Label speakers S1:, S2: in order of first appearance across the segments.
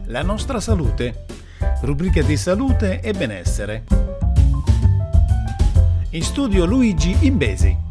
S1: La nostra salute, rubrica di salute e benessere. In studio Luigi Imbesi.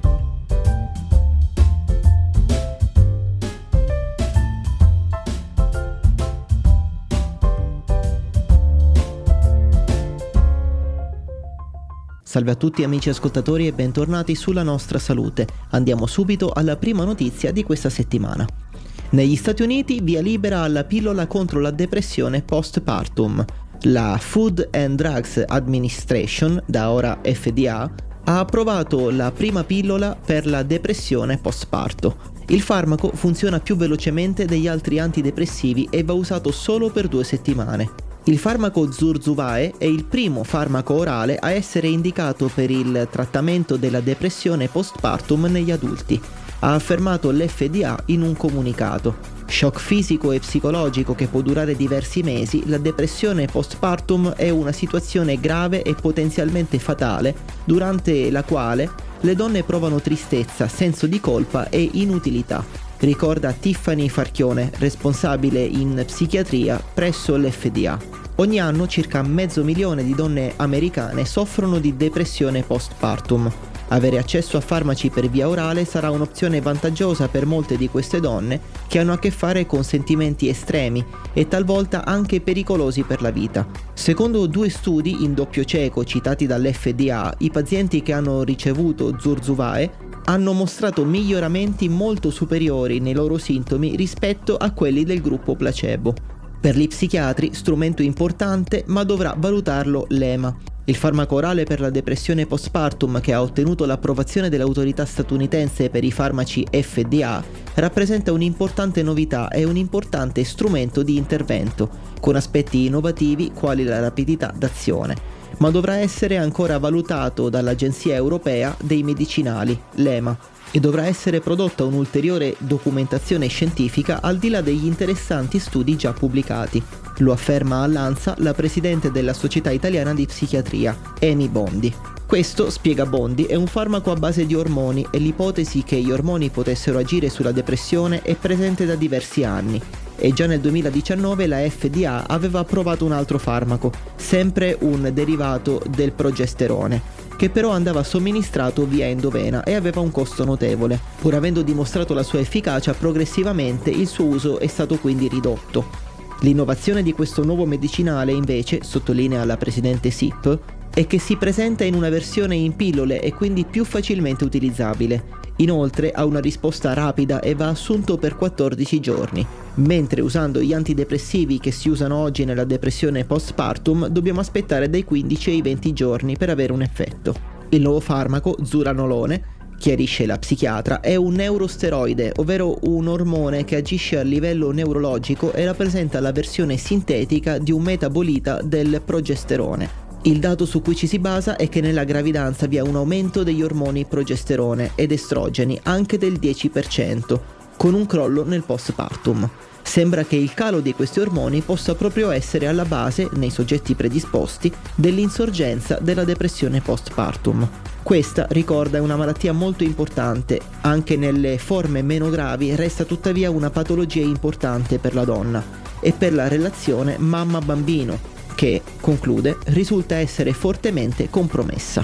S2: Salve a tutti amici ascoltatori e bentornati sulla nostra salute. Andiamo subito alla prima notizia di questa settimana. Negli Stati Uniti via libera alla pillola contro la depressione postpartum. La Food and Drugs Administration, da ora FDA, ha approvato la prima pillola per la depressione postparto. Il farmaco funziona più velocemente degli altri antidepressivi e va usato solo per 2 settimane. Il farmaco Zurzuvae è il primo farmaco orale a essere indicato per il trattamento della depressione postpartum negli adulti, ha affermato l'FDA in un comunicato. Shock fisico e psicologico che può durare diversi mesi, la depressione postpartum è una situazione grave e potenzialmente fatale, durante la quale le donne provano tristezza, senso di colpa e inutilità, ricorda Tiffany Farchione, responsabile in psichiatria presso l'FDA. Ogni anno circa 500.000 di donne americane soffrono di depressione postpartum. Avere accesso a farmaci per via orale sarà un'opzione vantaggiosa per molte di queste donne che hanno a che fare con sentimenti estremi e talvolta anche pericolosi per la vita. Secondo 2 studi in doppio cieco citati dall'FDA, i pazienti che hanno ricevuto Zurzuvae hanno mostrato miglioramenti molto superiori nei loro sintomi rispetto a quelli del gruppo placebo. Per gli psichiatri, strumento importante, ma dovrà valutarlo l'EMA. Il farmaco orale per la depressione postpartum, che ha ottenuto l'approvazione dell'autorità statunitense per i farmaci FDA, rappresenta un'importante novità e un importante strumento di intervento, con aspetti innovativi quali la rapidità d'azione, ma dovrà essere ancora valutato dall'Agenzia Europea dei Medicinali, l'EMA, e dovrà essere prodotta un'ulteriore documentazione scientifica al di là degli interessanti studi già pubblicati. Lo afferma all'ANSA la presidente della Società Italiana di Psichiatria, Amy Bondi. Questo, spiega Bondi, è un farmaco a base di ormoni e l'ipotesi che gli ormoni potessero agire sulla depressione è presente da diversi anni. E già nel 2019 la FDA aveva approvato un altro farmaco, sempre un derivato del progesterone, che però andava somministrato via endovena e aveva un costo notevole. Pur avendo dimostrato la sua efficacia, progressivamente il suo uso è stato quindi ridotto. L'innovazione di questo nuovo medicinale, invece, sottolinea la presidente SIP, è che si presenta in una versione in pillole e quindi più facilmente utilizzabile. Inoltre ha una risposta rapida e va assunto per 14 giorni, mentre usando gli antidepressivi che si usano oggi nella depressione postpartum dobbiamo aspettare dai 15 ai 20 giorni per avere un effetto. Il nuovo farmaco, zuranolone, chiarisce la psichiatra, è un neurosteroide, ovvero un ormone che agisce a livello neurologico e rappresenta la versione sintetica di un metabolita del progesterone. Il dato su cui ci si basa è che nella gravidanza vi è un aumento degli ormoni progesterone ed estrogeni anche del 10%, con un crollo nel postpartum. Sembra che il calo di questi ormoni possa proprio essere alla base, nei soggetti predisposti, dell'insorgenza della depressione postpartum. Questa, ricorda, è una malattia molto importante, anche nelle forme meno gravi resta tuttavia una patologia importante per la donna e per la relazione mamma-bambino, che, conclude, risulta essere fortemente compromessa.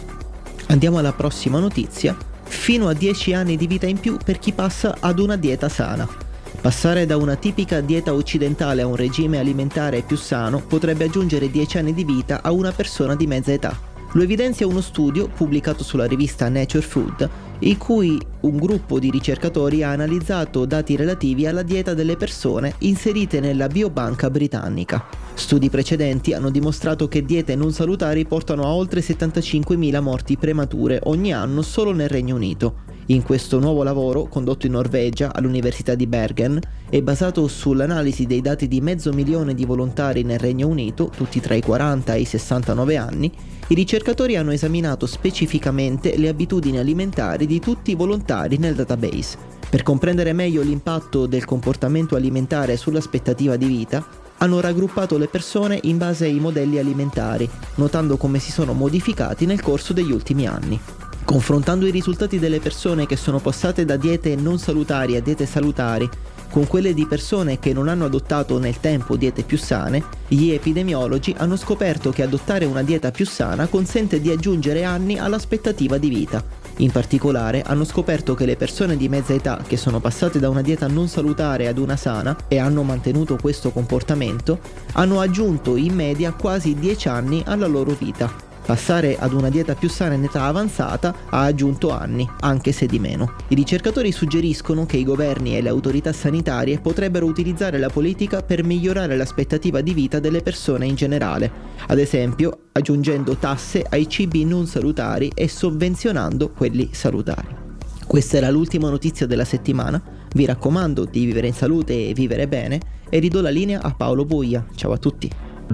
S2: Andiamo alla prossima notizia. Fino a 10 anni di vita in più per chi passa ad una dieta sana. Passare da una tipica dieta occidentale a un regime alimentare più sano potrebbe aggiungere 10 anni di vita a una persona di mezza età. Lo evidenzia uno studio pubblicato sulla rivista Nature Food, in cui un gruppo di ricercatori ha analizzato dati relativi alla dieta delle persone inserite nella biobanca britannica. Studi precedenti hanno dimostrato che diete non salutari portano a oltre 75.000 morti premature ogni anno solo nel Regno Unito. In questo nuovo lavoro, condotto in Norvegia all'Università di Bergen e basato sull'analisi dei dati di 500.000 di volontari nel Regno Unito, tutti tra i 40 e i 69 anni, i ricercatori hanno esaminato specificamente le abitudini alimentari di tutti i volontari nel database. Per comprendere meglio l'impatto del comportamento alimentare sull'aspettativa di vita, hanno raggruppato le persone in base ai modelli alimentari, notando come si sono modificati nel corso degli ultimi anni. Confrontando i risultati delle persone che sono passate da diete non salutari a diete salutari, con quelle di persone che non hanno adottato nel tempo diete più sane, gli epidemiologi hanno scoperto che adottare una dieta più sana consente di aggiungere anni all'aspettativa di vita. In particolare hanno scoperto che le persone di mezza età che sono passate da una dieta non salutare ad una sana e hanno mantenuto questo comportamento hanno aggiunto in media quasi 10 anni alla loro vita. Passare ad una dieta più sana in età avanzata ha aggiunto anni, anche se di meno. I ricercatori suggeriscono che i governi e le autorità sanitarie potrebbero utilizzare la politica per migliorare l'aspettativa di vita delle persone in generale, ad esempio aggiungendo tasse ai cibi non salutari e sovvenzionando quelli salutari. Questa era l'ultima notizia della settimana, vi raccomando di vivere in salute e vivere bene e ridò la linea a Paolo Boia. Ciao a tutti.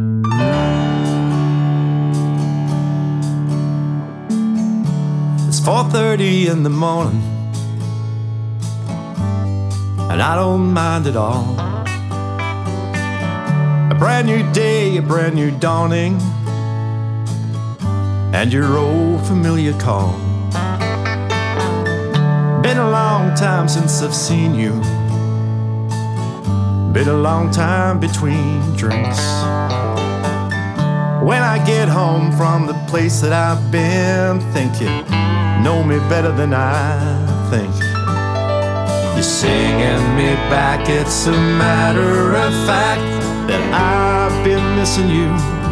S3: It's 4:30 in the morning, and I don't mind at all. A brand new day, a brand new dawning, and your old familiar call. Been a long time since I've seen you, been a long time between drinks. When I get home from the place that I've been thinking, know me better than I think. You're singing me back, it's a matter of fact that I've been missing you.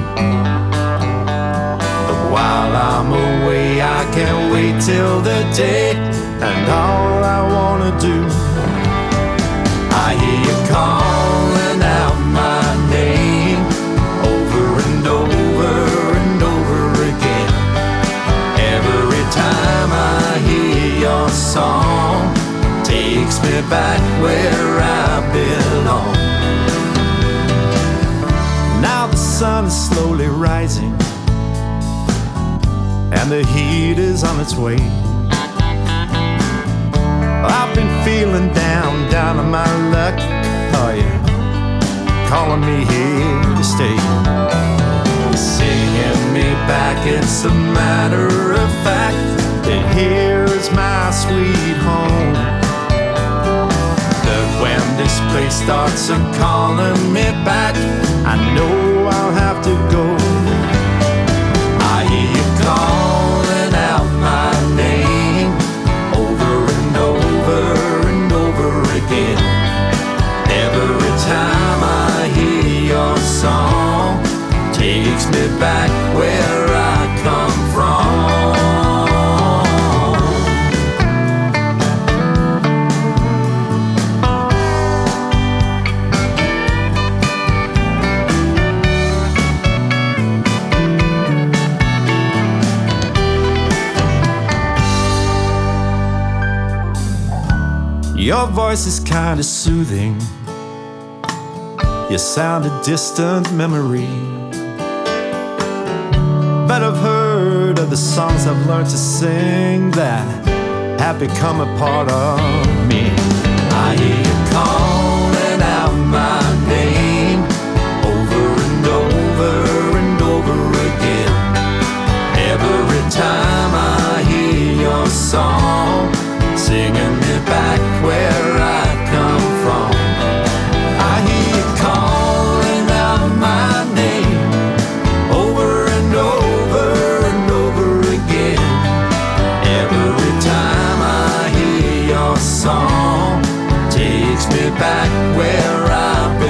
S3: But while I'm away, I can't wait till the day, and all I wanna do, I hear you calling out my name over and over and over again. Every time I hear your song, takes me back where I belong. Now the sun is slowly rising, and the heat is on its way. I've been feeling down on my luck, oh yeah, calling me here to stay. Singing me back, it's a matter of fact that here is my sweet home. That when this place starts calling me back, I know I'll have to go. I hear you calling out my name over and over and over again. Every time I hear your song, takes me back where I come from. Your voice is kind of soothing, you sound a distant memory, but I've heard of the songs I've learned to sing that have become a part of me. I hear you calling out my name over and over and over again. Every time I hear your song, singing me back where I come from. I hear you calling out my name over and over and over again. Every time I hear your song, takes me back where I've been.